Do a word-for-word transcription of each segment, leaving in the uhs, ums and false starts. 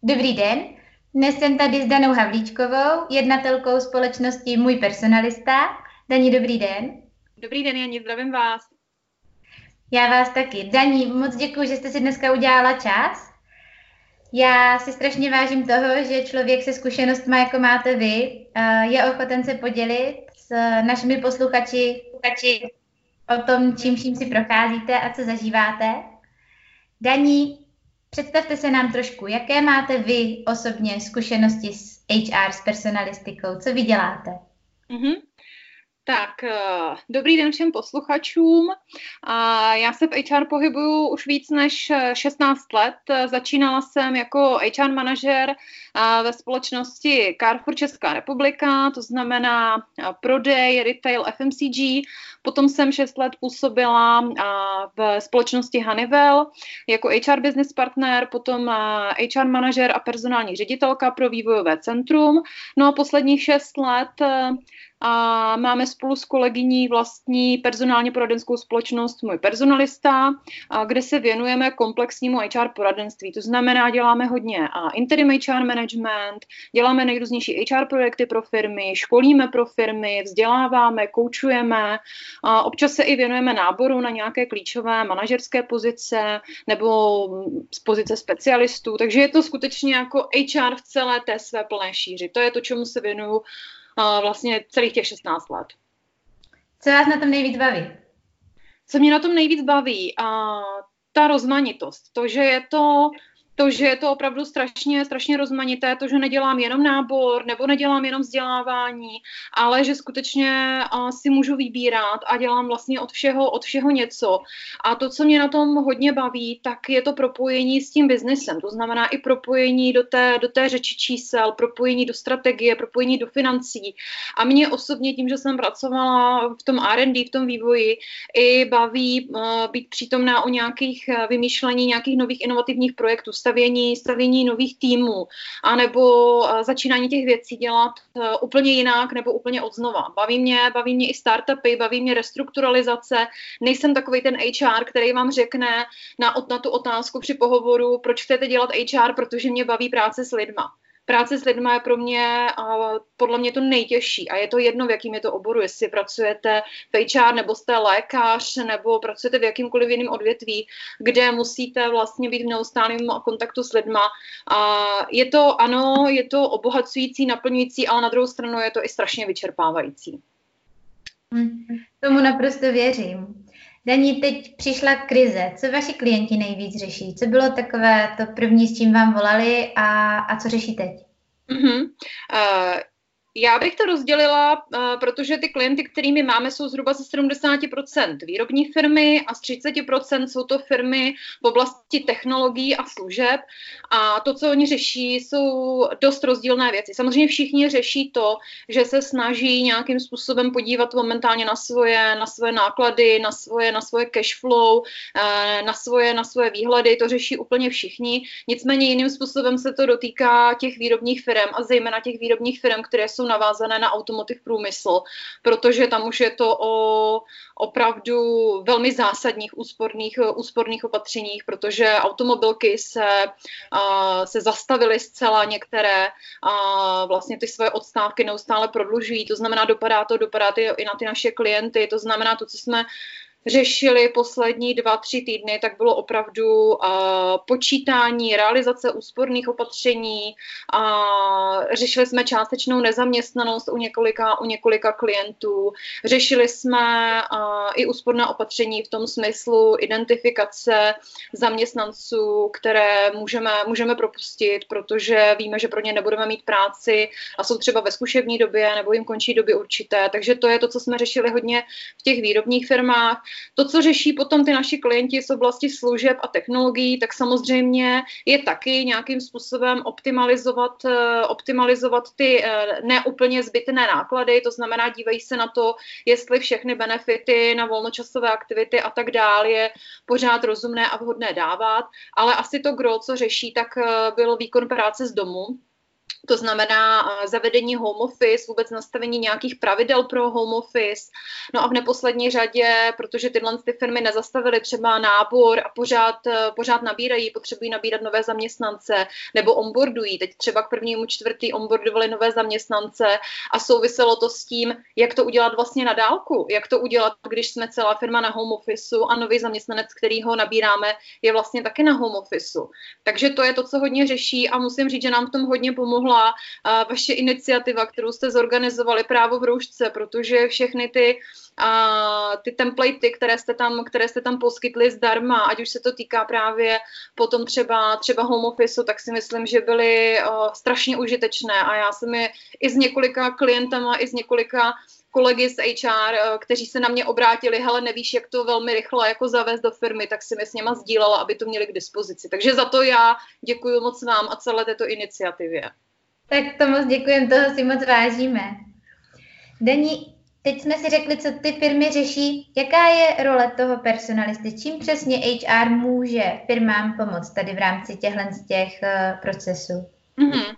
Dobrý den, dnes jsem tady s Danou Havlíčkovou, jednatelkou společnosti Můj personalista. Dani, dobrý den. Dobrý den, Janí, zdravím vás. Já vás taky. Dani, moc děkuji, že jste si dneska udělala čas. Já si strašně vážím toho, že člověk se zkušenostmi, jako máte vy, je ochoten se podělit s našimi posluchači o tom, čím vším si procházíte a co zažíváte. Dani, představte se nám trošku, jaké máte vy osobně zkušenosti s H R, s personalistikou, co vy děláte? Mm-hmm. Tak, dobrý den všem posluchačům. Já se v H R pohybuju už víc než šestnáct let. Začínala jsem jako H R manažer ve společnosti Carrefour Česká republika, to znamená prodej, retail, F M C G. Potom jsem šest let působila v společnosti Honeywell jako H R business partner, potom H R manažer a personální ředitelka pro vývojové centrum. No a posledních šest let a máme spolu s kolegyní vlastní personálně poradenskou společnost Můj personalista, kde se věnujeme komplexnímu H R poradenství. To znamená, děláme hodně interim H R management, děláme nejrůznější H R projekty pro firmy, školíme pro firmy, vzděláváme, koučujeme, občas se i věnujeme náboru na nějaké klíčové manažerské pozice nebo z pozice specialistů. Takže je to skutečně jako H R v celé té své plné šíři. To je to, čemu se věnuju vlastně celých těch šestnáct let. Co vás na tom nejvíc baví? Co mě na tom nejvíc baví? A ta rozmanitost. To, že je to, to, že je to opravdu strašně, strašně rozmanité, to, že nedělám jenom nábor, nebo nedělám jenom vzdělávání, ale že skutečně a, si můžu vybírat a dělám vlastně od všeho, od všeho něco. A to, co mě na tom hodně baví, tak je to propojení s tím biznesem. To znamená i propojení do té, do té řeči čísel, propojení do strategie, propojení do financí. A mě osobně tím, že jsem pracovala v tom R and D, v tom vývoji, i baví uh, být přítomná o nějakých uh, vymýšlení, nějakých nových inovativních projektů, stavění, stavění nových týmů, anebo uh, začínání těch věcí dělat uh, úplně jinak nebo úplně odznova. Baví mě, baví mě i startupy, baví mě restrukturalizace. Nejsem takovej ten H R, který vám řekne na, na tu otázku při pohovoru, proč chcete dělat H R, protože mě baví práce s lidma. Práce s lidma je pro mě a podle mě to nejtěžší a je to jedno, v jakým je to oboru, jestli pracujete v H R nebo jste lékař nebo pracujete v jakýmkoliv jiném odvětví, kde musíte vlastně být v neustálém kontaktu s lidma. A je to, ano, je to obohacující, naplňující, ale na druhou stranu je to i strašně vyčerpávající. Hmm, tomu naprosto věřím. Dani, teď přišla krize. Co vaši klienti nejvíc řeší? Co bylo takové to první, s čím vám volali a, a co řeší teď? Mm-hmm. Uh... Já bych to rozdělila, protože ty klienty, kterými máme, jsou zhruba ze sedmdesát procent výrobní firmy a z třicet procent jsou to firmy v oblasti technologií a služeb. A to, co oni řeší, jsou dost rozdílné věci. Samozřejmě všichni řeší to, že se snaží nějakým způsobem podívat momentálně na svoje, na svoje náklady, na svoje, na svoje cash flow, na svoje, na svoje výhledy. To řeší úplně všichni. Nicméně jiným způsobem se to dotýká těch výrobních firm a zejména těch výrobních firm, které jsou navázané na automotiv průmysl, protože tam už je to o opravdu velmi zásadních úsporných, úsporných opatřeních, protože automobilky se, a, se zastavily zcela některé a vlastně ty svoje odstávky neustále prodlužují. To znamená, dopadá to, dopadá to i na ty naše klienty. To znamená, to, co jsme řešili poslední dva, tři týdny, tak bylo opravdu uh, počítání, realizace úsporných opatření. Uh, řešili jsme částečnou nezaměstnanost u několika, u několika klientů. Řešili jsme uh, i úsporná opatření v tom smyslu identifikace zaměstnanců, které můžeme, můžeme propustit, protože víme, že pro ně nebudeme mít práci a jsou třeba ve zkušební době nebo jim končí doby určité. Takže to je to, co jsme řešili hodně v těch výrobních firmách. To, co řeší potom ty naši klienti z oblasti služeb a technologií, tak samozřejmě je taky nějakým způsobem optimalizovat, optimalizovat ty neúplně zbytné náklady, to znamená dívají se na to, jestli všechny benefity na volnočasové aktivity a tak dále je pořád rozumné a vhodné dávat, ale asi to gro, co řeší, tak byl výkon práce z domu. To znamená zavedení home office, vůbec nastavení nějakých pravidel pro home office. No a v neposlední řadě, protože tyhle ty firmy nezastavily třeba nábor a pořád, pořád nabírají, potřebují nabírat nové zaměstnance nebo onboardují. Teď třeba k prvnímu čtvrtý onboardovali nové zaměstnance a souviselo to s tím, jak to udělat vlastně na dálku, jak to udělat, když jsme celá firma na home officeu a nový zaměstnanec, kterýho nabíráme, je vlastně taky na home officeu. Takže to je to, co hodně řeší a musím říct, že nám v tom hodně pomohla a vaše iniciativa, kterou jste zorganizovali, Právo v roušce, protože všechny ty, a, ty templatey, které jste, tam, které jste tam poskytli zdarma, ať už se to týká právě potom třeba, třeba home officeu, tak si myslím, že byly a, strašně užitečné a já jsem je i s několika klientama, i s několika kolegy z H R, kteří se na mě obrátili, hele, nevíš, jak to velmi rychle jako zavést do firmy, tak si mi s něma sdílela, aby to měli k dispozici. Takže za to já děkuji moc vám a celé této iniciativě. Tak to moc děkujeme, toho si moc vážíme. Dani, teď jsme si řekli, co ty firmy řeší. Jaká je role toho personalisty? Čím přesně H R může firmám pomoct tady v rámci těchto z těch uh, procesů? Mm-hmm.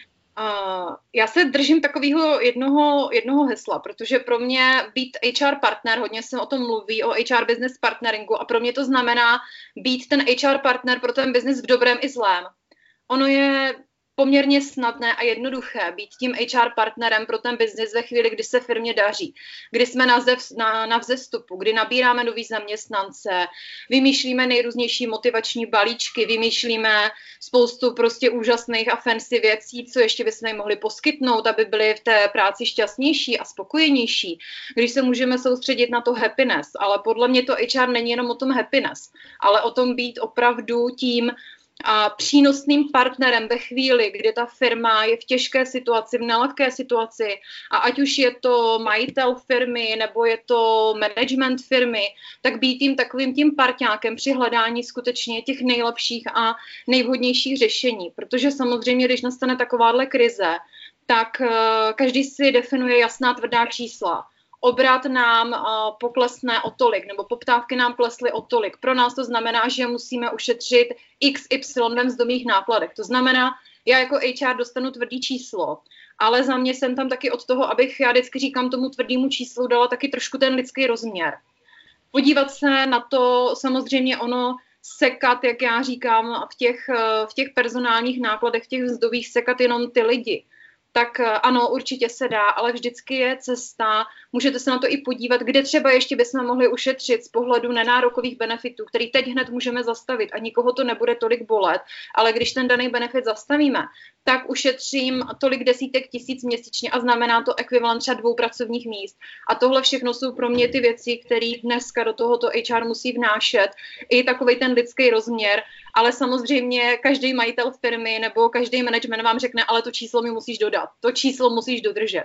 Uh, já se držím takového jednoho, jednoho hesla, protože pro mě být H R partner, hodně se o tom mluví, o H R business partneringu a pro mě to znamená být ten H R partner pro ten business v dobrém i zlém. Ono je poměrně snadné a jednoduché být tím H R partnerem pro ten biznis ve chvíli, kdy se firmě daří, kdy jsme na, zev, na, na vzestupu, kdy nabíráme nový zaměstnance, vymýšlíme nejrůznější motivační balíčky, vymýšlíme spoustu prostě úžasných a fancy věcí, co ještě bychom jim mohli poskytnout, aby byli v té práci šťastnější a spokojenější, když se můžeme soustředit na to happiness. Ale podle mě to H R není jenom o tom happiness, ale o tom být opravdu tím a přínosným partnerem ve chvíli, kdy ta firma je v těžké situaci, v nelehké situaci a ať už je to majitel firmy nebo je to management firmy, tak být tím takovým tím parťákem při hledání skutečně těch nejlepších a nejvhodnějších řešení. Protože samozřejmě, když nastane takováhle krize, tak uh, každý si definuje jasná tvrdá čísla. Obrat nám uh, poklesne o tolik, nebo poptávky nám klesly o tolik. Pro nás to znamená, že musíme ušetřit X Y ve mzdových nákladech. To znamená, já jako H R dostanu tvrdý číslo, ale za mě jsem tam taky od toho, abych, já vždycky říkám, tomu tvrdému číslu dala taky trošku ten lidský rozměr. Podívat se na to, samozřejmě ono sekat, jak já říkám, v těch, v těch personálních nákladech, v těch mzdových sekat jenom ty lidi. Tak ano, určitě se dá, ale vždycky je cesta, můžete se na to i podívat, kde třeba ještě bychom mohli ušetřit z pohledu nenárokových benefitů, který teď hned můžeme zastavit a nikoho to nebude tolik bolet, ale když ten daný benefit zastavíme, tak ušetřím tolik desítek tisíc měsíčně a znamená to ekvivalent třeba dvou pracovních míst. A tohle všechno jsou pro mě ty věci, které dneska do tohoto H R musí vnášet, i takovej ten lidský rozměr, ale samozřejmě každý majitel firmy nebo každý management vám řekne, ale to číslo mi musíš dodat, to číslo musíš dodržet.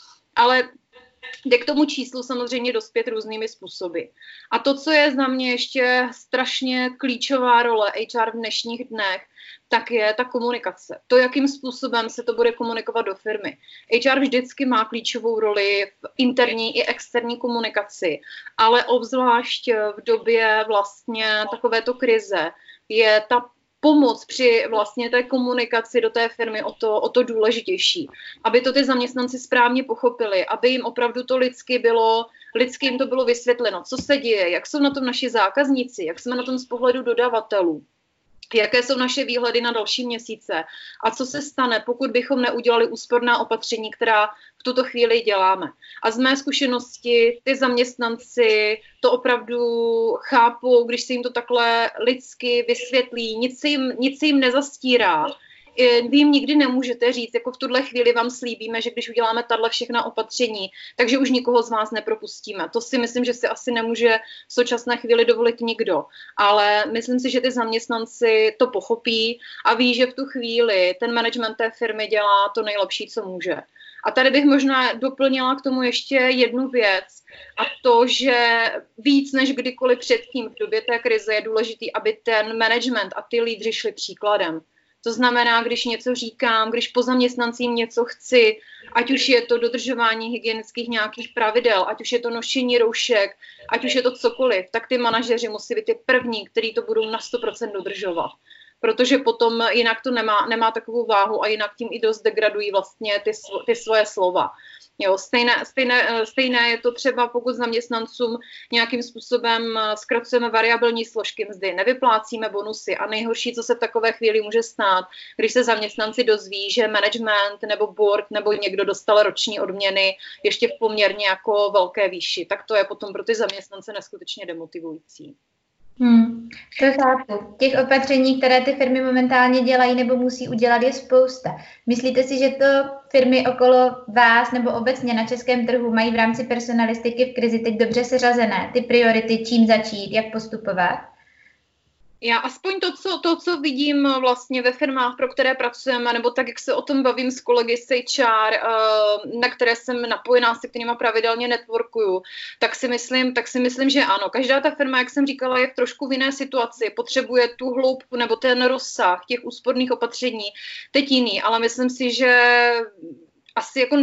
Ale jde k tomu číslu samozřejmě dospět různými způsoby. A to, co je za mě ještě strašně klíčová role H R v dnešních dnech, tak je ta komunikace. To, jakým způsobem se to bude komunikovat do firmy. H R vždycky má klíčovou roli v interní i externí komunikaci, ale obzvlášť v době vlastně takovéto krize je ta pomoc při vlastně té komunikaci do té firmy o to, o to důležitější. Aby to ty zaměstnanci správně pochopili, aby jim opravdu to lidsky bylo, lidsky jim to bylo vysvětleno, co se děje, jak jsou na tom naši zákazníci, jak jsme na tom z pohledu dodavatelů, jaké jsou naše výhledy na další měsíce a co se stane, pokud bychom neudělali úsporná opatření, která v tuto chvíli děláme. A z mé zkušenosti ty zaměstnanci to opravdu chápou, když se jim to takhle lidsky vysvětlí, nic se jim, nic se jim nezastírá. Vy jim nikdy nemůžete říct, jako v tuhle chvíli vám slíbíme, že když uděláme tahle všechna opatření, takže už nikoho z vás nepropustíme. To si myslím, že si asi nemůže v současné chvíli dovolit nikdo. Ale myslím si, že ty zaměstnanci to pochopí a ví, že v tu chvíli ten management té firmy dělá to nejlepší, co může. A tady bych možná doplnila k tomu ještě jednu věc a to, že víc než kdykoliv předtím v době té krize je důležitý, aby ten management a ty lídři šli příkladem. To znamená, když něco říkám, když po zaměstnancím něco chci, ať už je to dodržování hygienických nějakých pravidel, ať už je to nošení roušek, ať už je to cokoliv, tak ty manažeři musí být ty první, kteří to budou na sto procent dodržovat. protože potom jinak to nemá, nemá takovou váhu a jinak tím i dost degradují vlastně ty, ty svoje slova. Jo, stejné, stejné, stejné je to třeba, pokud zaměstnancům nějakým způsobem zkracujeme variabilní složky mzdy, nevyplácíme bonusy a nejhorší, co se v takové chvíli může stát, když se zaměstnanci dozví, že management nebo board nebo někdo dostal roční odměny ještě v poměrně jako velké výši, tak to je potom pro ty zaměstnance neskutečně demotivující. Hmm, to chápu. Těch opatření, které ty firmy momentálně dělají nebo musí udělat, je spousta. Myslíte si, že to firmy okolo vás nebo obecně na českém trhu mají v rámci personalistiky v krizi teď dobře seřazené? Ty priority, čím začít, jak postupovat? Já aspoň to co, to, co vidím vlastně ve firmách, pro které pracujeme, nebo tak, jak se o tom bavím s kolegy z H R, na které jsem napojená, se kterýma pravidelně networkuju, tak si myslím, tak si myslím, že ano. Každá ta firma, jak jsem říkala, je v trošku v jiné situaci, potřebuje tu hloubku nebo ten rozsah těch úsporných opatření, teď jiný, ale myslím si, že asi jako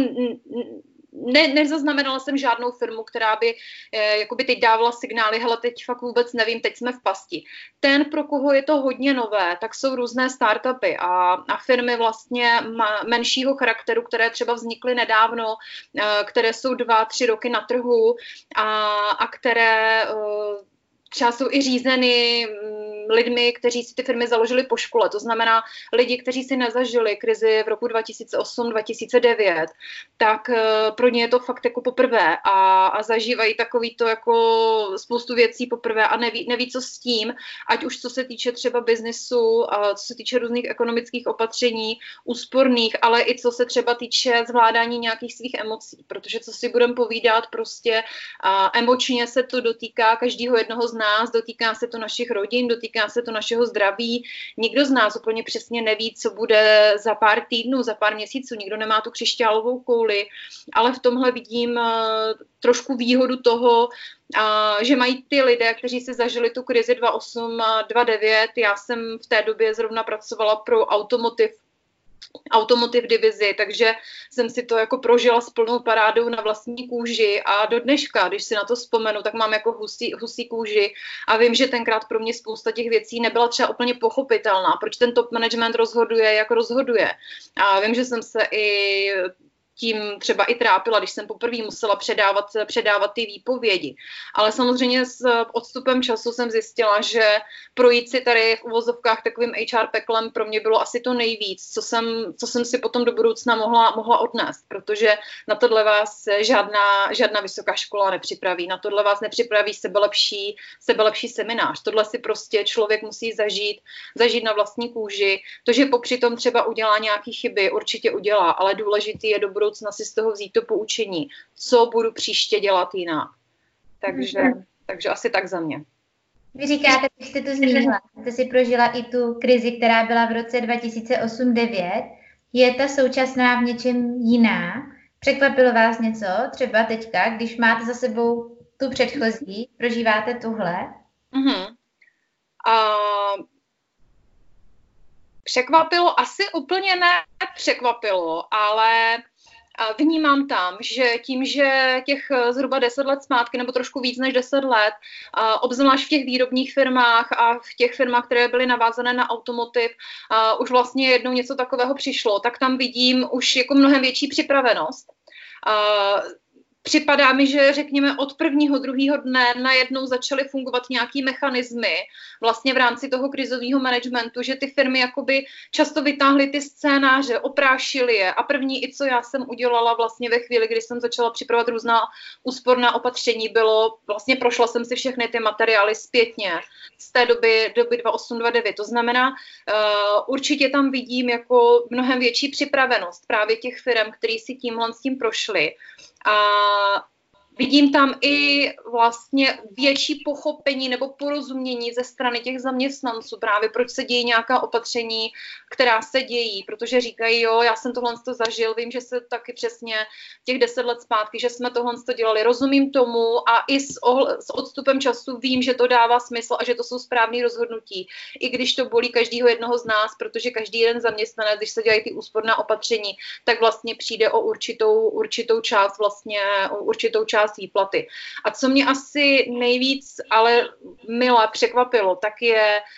Ne, nezaznamenala jsem žádnou firmu, která by eh, jakoby teď dávala signály, hele, teď fakt vůbec nevím, teď jsme v pasti. Ten, pro koho je to hodně nové, tak jsou různé startupy a, a firmy vlastně ma, menšího charakteru, které třeba vznikly nedávno, eh, které jsou dva, tři roky na trhu a, a které eh, třeba jsou i řízeny lidmi, kteří si ty firmy založili po škole. To znamená lidi, kteří si nezažili krizi v roku dva tisíce osm dva tisíce devět, tak uh, pro ně je to fakt jako poprvé a, a zažívají takový to jako spoustu věcí poprvé a neví, neví co s tím, ať už co se týče třeba biznisu, a co se týče různých ekonomických opatření, úsporných, ale i co se třeba týče zvládání nějakých svých emocí, protože co si budeme povídat, prostě uh, emočně se to dotýká každého jednoho z nás, dotýká se to našich rodin, dotýká se to našeho zdraví. Nikdo z nás úplně přesně neví, co bude za pár týdnů, za pár měsíců. Nikdo nemá tu křišťálovou kouli, ale v tomhle vidím uh, trošku výhodu toho, uh, že mají ty lidé, kteří si zažili tu krizi dva tisíce osm dva tisíce devět. Já jsem v té době zrovna pracovala pro Automotive automotive divizi, takže jsem si to jako prožila s plnou parádou na vlastní kůži a do dneška, když si na to vzpomenu, tak mám jako husí, husí kůži a vím, že tenkrát pro mě spousta těch věcí nebyla třeba úplně pochopitelná, proč ten top management rozhoduje, jak rozhoduje. A vím, že jsem se i tím třeba i trápila, když jsem poprvé musela předávat, předávat ty výpovědi. Ale samozřejmě s odstupem času jsem zjistila, že projít si tady v uvozovkách takovým H R peklem pro mě bylo asi to nejvíc, co jsem, co jsem si potom do budoucna mohla, mohla odnést, protože na tohle vás žádná, žádná vysoká škola nepřipraví, na tohle vás nepřipraví sebelepší, sebelepší seminář. Tohle si prostě člověk musí zažít, zažít na vlastní kůži. To, že popři tom třeba udělá nějaké chyby, určitě udělá, ale důležitý je do budoucna si z toho vzít to poučení, co budu příště dělat jinak. Takže, hmm. takže asi tak za mě. Vy říkáte, když jste to zmínila, jste si prožila i tu krizi, která byla v roce dva tisíce osm devět. Je ta současná v něčem jiná? Překvapilo vás něco, třeba teďka, když máte za sebou tu předchozí, prožíváte tuhle? Uh-huh. Uh... Překvapilo, asi úplně ne překvapilo, ale vnímám tam, že tím, že těch zhruba deset let zpátky, nebo trošku víc než deset let, obzvlášť v těch výrobních firmách a v těch firmách, které byly navázané na automotiv, už vlastně jednou něco takového přišlo, tak tam vidím už jako mnohem větší připravenost. Připadá mi, že řekněme od prvního, druhého dne najednou začaly fungovat nějaký mechanismy vlastně v rámci toho krizového managementu, že ty firmy jakoby často vytáhly ty scénáře, oprášily je a první i co já jsem udělala vlastně ve chvíli, kdy jsem začala připravovat různá úsporná opatření, bylo vlastně prošla jsem si všechny ty materiály zpětně z té doby, doby dva tisíce osm dva tisíce devět. To znamená, uh, určitě tam vidím jako mnohem větší připravenost právě těch firm, který si tímhle s tím prošli. A vidím tam i vlastně větší pochopení nebo porozumění ze strany těch zaměstnanců, právě proč se dějí nějaká opatření, která se dějí, protože říkají, jo, já jsem tohle zažil, vím, že se taky přesně těch deset let zpátky, že jsme tohle dělali, rozumím tomu a i s, ohl- s odstupem času vím, že to dává smysl a že to jsou správné rozhodnutí, i když to bolí každého jednoho z nás, protože každý jeden zaměstnanec, když se dělají ty úsporná opatření, tak vlastně přijde o určitou, určitou část vlastně, o určitou část výplaty. A co mě asi nejvíc ale mile překvapilo, tak je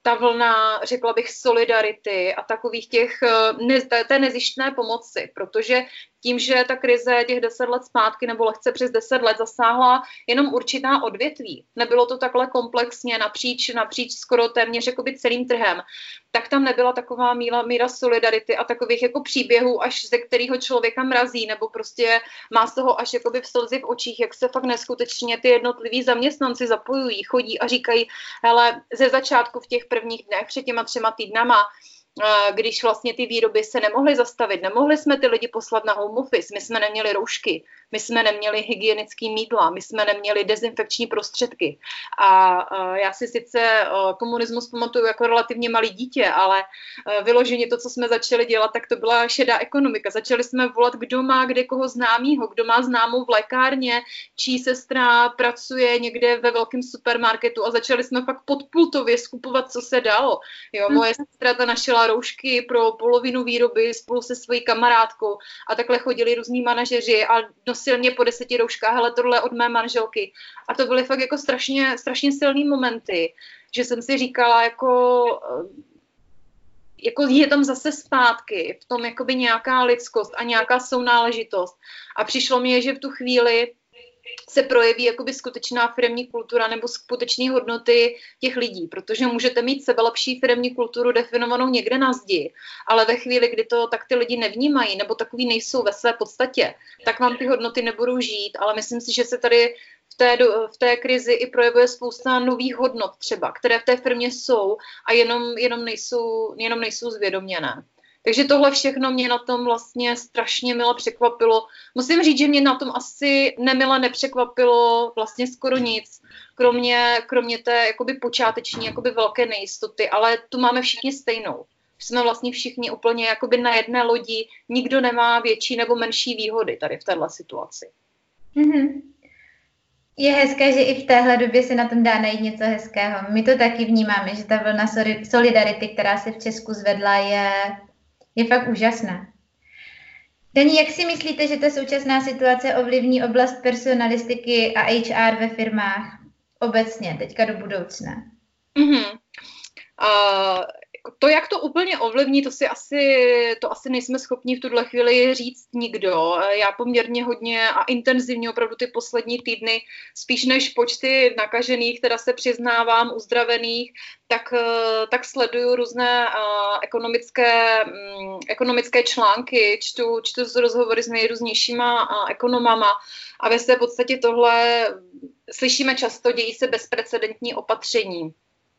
ta vlna, řekla bych, solidarity a takových těch, ne, té nezištné pomoci, protože tím, že ta krize těch deset let zpátky nebo lehce přes deset let zasáhla jenom určitá odvětví, nebylo to takhle komplexně napříč, napříč skoro téměř jakoby celým trhem, tak tam nebyla taková míra, míra solidarity a takových jako příběhů, až ze kterého člověka mrazí, nebo prostě má z toho až jakoby v slzy v očích, jak se fakt neskutečně ty jednotliví zaměstnanci zapojují, chodí a říkají, hele, ze začátku v těch prvních dnech, před těma třema týdnama, když vlastně ty výroby se nemohly zastavit, nemohli jsme ty lidi poslat na home office, my jsme neměli roušky, my jsme neměli hygienický mýdla, my jsme neměli dezinfekční prostředky. A já si sice komunismus pamatuju jako relativně malý dítě, ale vyloženě to, co jsme začali dělat, tak to byla šedá ekonomika. Začali jsme volat, kdo má kde koho známýho, kdo má známou v lékárně, čí sestra pracuje někde ve velkém supermarketu a začali jsme fakt podpultově skupovat, co se dalo. Jo, moje sestra ta našila roušky pro polovinu výroby spolu se svojí kamarádkou a takhle chodili různí manažeři a nosil mě po deseti rouškách, hele, tohle od mé manželky. A to byly fakt jako strašně, strašně silný momenty, že jsem si říkala, jako, jako je tam zase zpátky, v tom jakoby nějaká lidskost a nějaká sounáležitost. A přišlo mi, že v tu chvíli se projeví jakoby skutečná firemní kultura nebo skutečné hodnoty těch lidí, protože můžete mít sebelepší firemní kulturu definovanou někde na zdi, ale ve chvíli, kdy to tak ty lidi nevnímají nebo takový nejsou ve své podstatě, tak vám ty hodnoty nebudou žít, ale myslím si, že se tady v té, v té krizi i projevuje spousta nových hodnot třeba, které v té firmě jsou a jenom, jenom, nejsou, jenom nejsou zvědoměné. Takže tohle všechno mě na tom vlastně strašně mile překvapilo. Musím říct, že mě na tom asi nemile nepřekvapilo vlastně skoro nic, kromě, kromě té jakoby počáteční jakoby velké nejistoty, ale tu máme všichni stejnou. Jsme vlastně všichni úplně jakoby na jedné lodi, nikdo nemá větší nebo menší výhody tady v téhle situaci. Mm-hmm. Je hezké, že i v téhle době se na tom dá najít něco hezkého. My to taky vnímáme, že ta vlna solidarity, která se v Česku zvedla, je... je fakt úžasná. Dani, jak si myslíte, že ta současná situace ovlivní oblast personalistiky a há er ve firmách obecně, teďka do budoucna? Mm-hmm. Uh, to, jak to úplně ovlivní, to si asi, to asi nejsme schopni v tuhle chvíli říct nikdo. Já poměrně hodně a intenzivně opravdu ty poslední týdny, spíš než počty nakažených, teda se přiznávám, uzdravených, tak, tak sleduju různé uh, ekonomické, um, ekonomické články, čtu, čtu z rozhovory s nejrůznějšíma uh, ekonomama a ve své podstatě tohle slyšíme často, dějí se bezprecedentní opatření.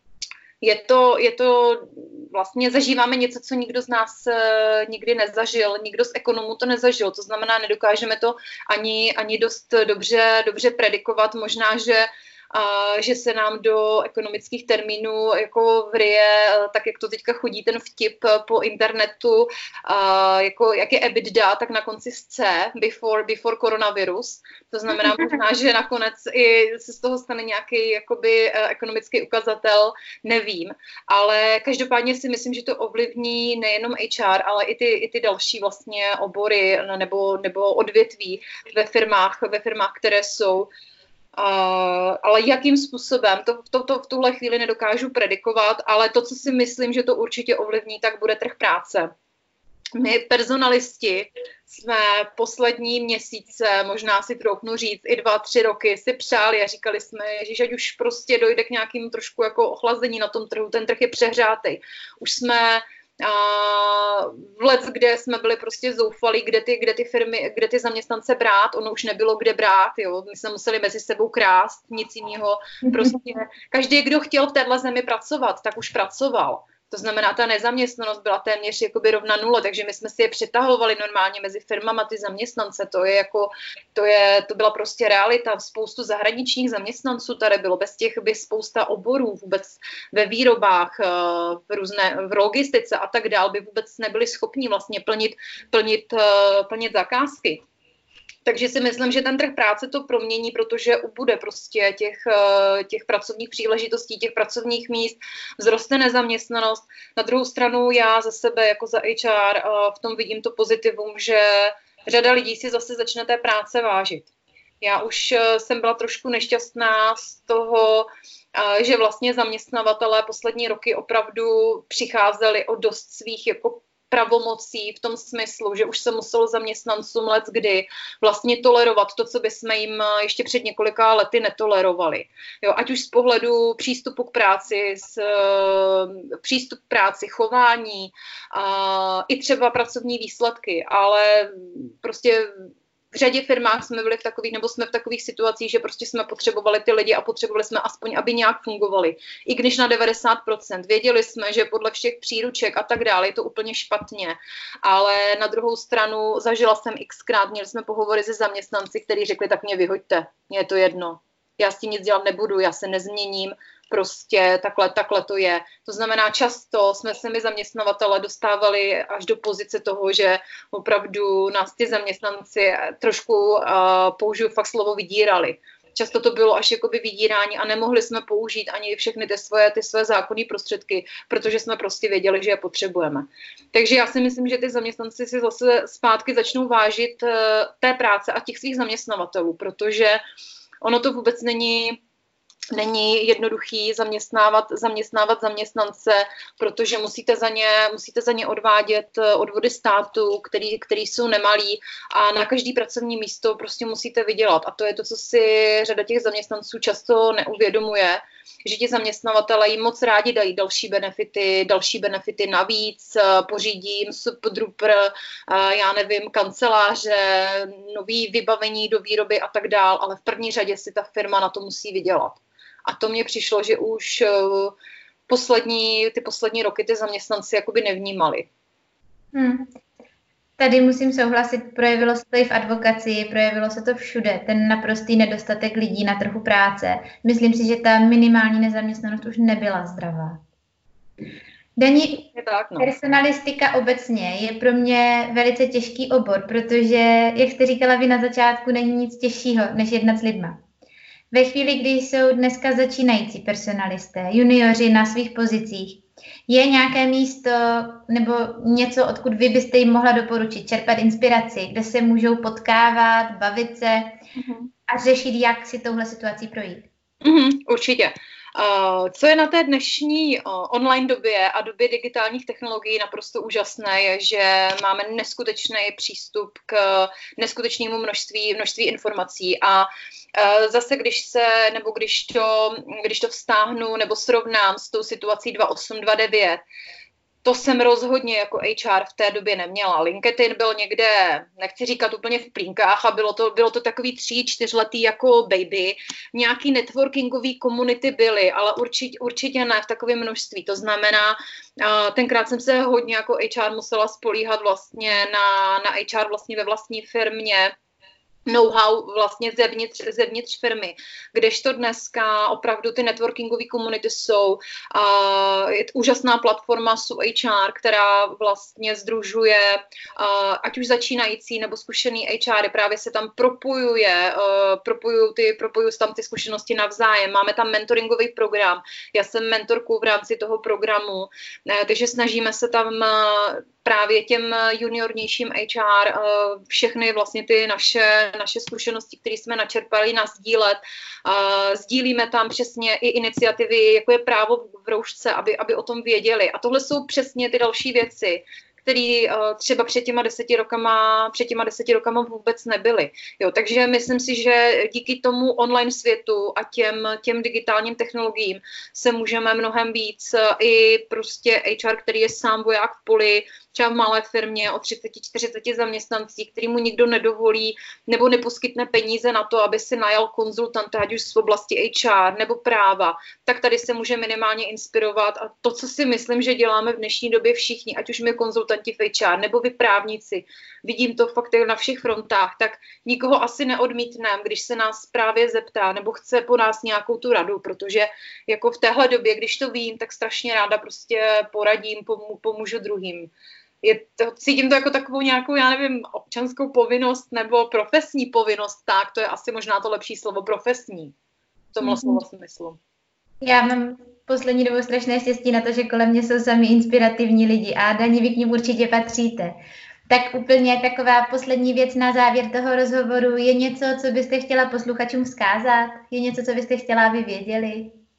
Je to, je to vlastně, zažíváme něco, co nikdo z nás uh, nikdy nezažil, nikdo z ekonomů to nezažil, to znamená, nedokážeme to ani, ani dost dobře, dobře predikovat, možná, že Uh, že se nám do ekonomických termínů jako vryje, tak jak to teďka chodí ten vtip po internetu, uh, jako jak je EBITDA, tak na konci z C, before, before coronavirus. To znamená možná, že nakonec i se z toho stane nějaký jakoby uh, ekonomický ukazatel, nevím. Ale každopádně si myslím, že to ovlivní nejenom há er, ale i ty, i ty další vlastně obory nebo, nebo odvětví ve firmách, ve firmách, které jsou. Uh, ale jakým způsobem, to, to, to v tuhle chvíli nedokážu predikovat, ale to, co si myslím, že to určitě ovlivní, tak bude trh práce. My personalisti jsme poslední měsíce, možná si troufnu říct, i dva, tři roky si přáli a říkali jsme, ježiš, ať už prostě dojde k nějakým trošku jako ochlazení na tom trhu, ten trh je přehřátej. Už jsme v let, kde jsme byli prostě zoufalí, kde ty, kde ty firmy, kde ty zaměstnance brát, ono už nebylo kde brát, jo, my jsme museli mezi sebou krást, nic jiného, prostě každý, kdo chtěl v téhle zemi pracovat, tak už pracoval. To znamená, ta nezaměstnanost byla téměř jakoby rovna nule, takže my jsme si je přetahovali normálně mezi firmama ty zaměstnance. To je jako, to je, to byla prostě realita. Spoustu zahraničních zaměstnanců tady bylo, bez těch by spousta oborů vůbec ve výrobách, v různé, v logistice a tak dál by vůbec nebyli schopni vlastně plnit, plnit, plnit zakázky. Takže si myslím, že ten trh práce to promění, protože ubude prostě těch, těch pracovních příležitostí, těch pracovních míst, vzroste nezaměstnanost. Na druhou stranu já za sebe jako za há er v tom vidím to pozitivum, že řada lidí si zase začne té práce vážit. Já už jsem byla trošku nešťastná z toho, že vlastně zaměstnavatelé poslední roky opravdu přicházeli o dost svých jako pravomocí v tom smyslu, že už se muselo zaměstnancům let kdy vlastně tolerovat to, co bychom jim ještě před několika lety netolerovali. Jo, ať už z pohledu přístupu k práci, z, přístup k práci, chování, a i třeba pracovní výsledky, ale prostě v řadě firmách jsme byli v takových, nebo jsme v takových situacích, že prostě jsme potřebovali ty lidi a potřebovali jsme aspoň, aby nějak fungovali. I když na devadesát procent věděli jsme, že podle všech příruček a tak dále je to úplně špatně. Ale na druhou stranu zažila jsem xkrát, měli jsme pohovory se zaměstnanci, kteří řekli, tak mě vyhoďte, mně je to jedno. Já s tím nic dělat nebudu, já se nezměním, prostě takhle, takhle to je. To znamená, často jsme se my zaměstnavatele dostávali až do pozice toho, že opravdu nás ty zaměstnanci trošku, uh, použiju fakt slovo, vydírali. Často to bylo až jakoby vydírání a nemohli jsme použít ani všechny ty svoje, ty své zákonné prostředky, protože jsme prostě věděli, že je potřebujeme. Takže já si myslím, že ty zaměstnanci si zase zpátky začnou vážit uh, té práce a těch svých zaměstnavatelů, protože ono to vůbec není Není jednoduchý zaměstnávat, zaměstnávat zaměstnance, protože musíte za ně, musíte za ně odvádět odvody státu, který, který jsou nemalý a na každý pracovní místo prostě musíte vydělat. A to je to, co si řada těch zaměstnanců často neuvědomuje, že ti zaměstnavatele jim moc rádi dají další benefity, další benefity navíc, pořídí jim superdruper, já nevím, kanceláře, nový vybavení do výroby a tak dál, ale v první řadě si ta firma na to musí vydělat. A to mně přišlo, že už poslední, ty poslední roky ty zaměstnanci jakoby nevnímali. Hmm. Tady musím souhlasit, projevilo se to i v advokacii, projevilo se to všude, ten naprostý nedostatek lidí na trhu práce. Myslím si, že ta minimální nezaměstnanost už nebyla zdravá. Dani, tak, no. Personalistika obecně je pro mě velice těžký obor, protože, jak jste říkala vy na začátku, není nic těžšího, než jednat s lidma. Ve chvíli, kdy jsou dneska začínající personalisté, junioři na svých pozicích, je nějaké místo nebo něco, odkud vy byste jim mohla doporučit, čerpat inspiraci, kde se můžou potkávat, bavit se mm-hmm. a řešit, jak si touhle situací projít? Mm-hmm, určitě. Uh, co je na té dnešní uh, online době a době digitálních technologií naprosto úžasné, je, že máme neskutečný přístup k neskutečnému množství, množství informací a uh, zase, když se, nebo když to, když to vztáhnu nebo srovnám s tou situací dva osm dva devět, to jsem rozhodně jako H R v té době neměla. LinkedIn byl někde, nechci říkat úplně v plínkách, a bylo to, bylo to takový tří, čtyřletý jako baby. Nějaký networkingový komunity byly, ale určitě, určitě ne v takovém množství. To znamená, tenkrát jsem se hodně jako H R musela spolíhat vlastně na, na H R vlastně ve vlastní firmě, know-how vlastně zevnitř, zevnitř firmy, kdežto dneska opravdu ty networkingové komunity jsou. Uh, je úžasná platforma Su H R, která vlastně sdružuje uh, ať už začínající nebo zkušený H R, právě se tam propojuje, uh, propojují ty, propojují tam ty zkušenosti navzájem. Máme tam mentoringový program, já jsem mentorkou v rámci toho programu, uh, takže snažíme se tam uh, právě těm juniornějším H R uh, všechny vlastně ty naše, naše zkušenosti, které jsme načerpali, nasdílet. Uh, sdílíme tam přesně i iniciativy, jako je právo v roušce, aby, aby o tom věděli. A tohle jsou přesně ty další věci, který uh, třeba před těma deseti rokama, před těma deseti rokama vůbec nebyly. Jo, takže myslím si, že díky tomu online světu a těm, těm digitálním technologiím se můžeme mnohem víc uh, i prostě H R, který je sám voják v poli, třeba v malé firmě o třicet čtyřicet zaměstnancích, který mu nikdo nedovolí nebo neposkytne peníze na to, aby si najal konzultanta, ať už z oblasti H R nebo práva, tak tady se může minimálně inspirovat. A to, co si myslím, že děláme v dnešní době všichni, ať už my konzultanti v H R nebo vy právníci, vidím to fakt na všech frontách, tak nikoho asi neodmítneme, když se nás právě zeptá nebo chce po nás nějakou tu radu, protože jako v téhle době, když to vím, tak strašně ráda prostě poradím, pomů- pomůžu druhým. Je to, cítím to jako takovou nějakou, já nevím, občanskou povinnost nebo profesní povinnost, tak to je asi možná to lepší slovo, profesní, v tomhle mm-hmm. slova smyslu. Já mám poslední dobou strašné štěstí na to, že kolem mě jsou sami inspirativní lidi a Dani, vy k nim určitě patříte. Tak úplně taková poslední věc na závěr toho rozhovoru, je něco, co byste chtěla posluchačům vzkázat? Je něco, co byste chtěla, aby věděli?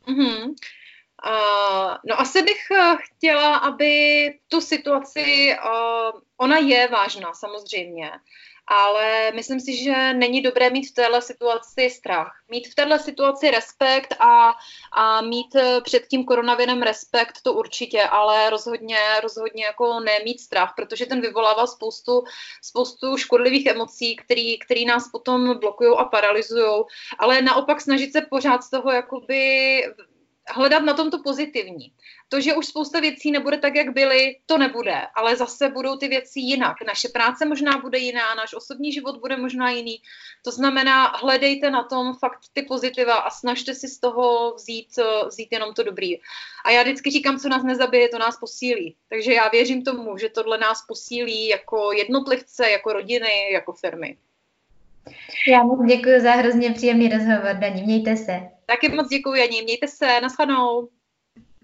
Mm-hmm. Uh, no asi bych chtěla, aby tu situaci, uh, ona je vážná samozřejmě, ale myslím si, že není dobré mít v téhle situaci strach. Mít v téhle situaci respekt a, a mít před tím koronavirem respekt, to určitě, ale rozhodně, rozhodně jako nemít strach, protože ten vyvolává spoustu, spoustu škodlivých emocí, který, který nás potom blokují a paralyzují, ale naopak snažit se pořád z toho jakoby hledat na tom to pozitivní. To, že už spousta věcí nebude tak, jak byly, to nebude, ale zase budou ty věci jinak. Naše práce možná bude jiná, náš osobní život bude možná jiný. To znamená, hledejte na tom fakt ty pozitiva a snažte si z toho vzít, vzít jenom to dobrý. A já vždycky říkám, co nás nezabije, to nás posílí. Takže já věřím tomu, že tohle nás posílí jako jednotlivce, jako rodiny, jako firmy. Já moc děkuji za hrozně příjemný rozhovor, Dani. Mějte se. Taky moc děkuji, Jani. Mějte se. Naschledanou.